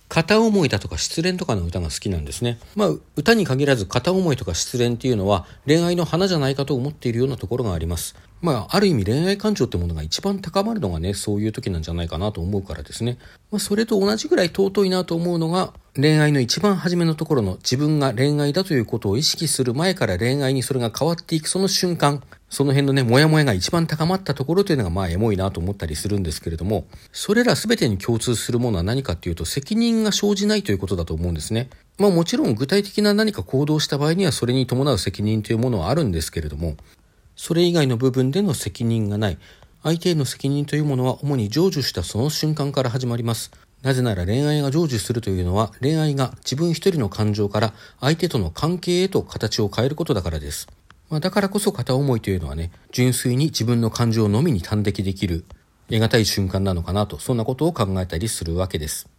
片思いだとか失恋とかの歌が好きなんですね。歌に限らず片思いとか失恋っていうのは恋愛の花じゃないかと思っているようなところがあります。ある意味恋愛感情ってものが一番高まるのがね、そういう時なんじゃないかなと思うからですね。それと同じぐらい尊いなと思うのが、恋愛の一番初めのところの自分が恋愛だということを意識する前から恋愛にそれが変わっていくその瞬間、その辺のね、モヤモヤが一番高まったところというのがエモいなと思ったりするんですけれども、それら全てに共通するものは何かっていうと、責任が生じないということだと思うんですね。もちろん具体的な何か行動した場合にはそれに伴う責任というものはあるんですけれども、それ以外の部分での責任がない。相手への責任というものは主に成就したその瞬間から始まります。なぜなら恋愛が成就するというのは、恋愛が自分一人の感情から相手との関係へと形を変えることだからです。だからこそ片思いというのはね、純粋に自分の感情のみに端的できる得難い瞬間なのかなと、そんなことを考えたりするわけです。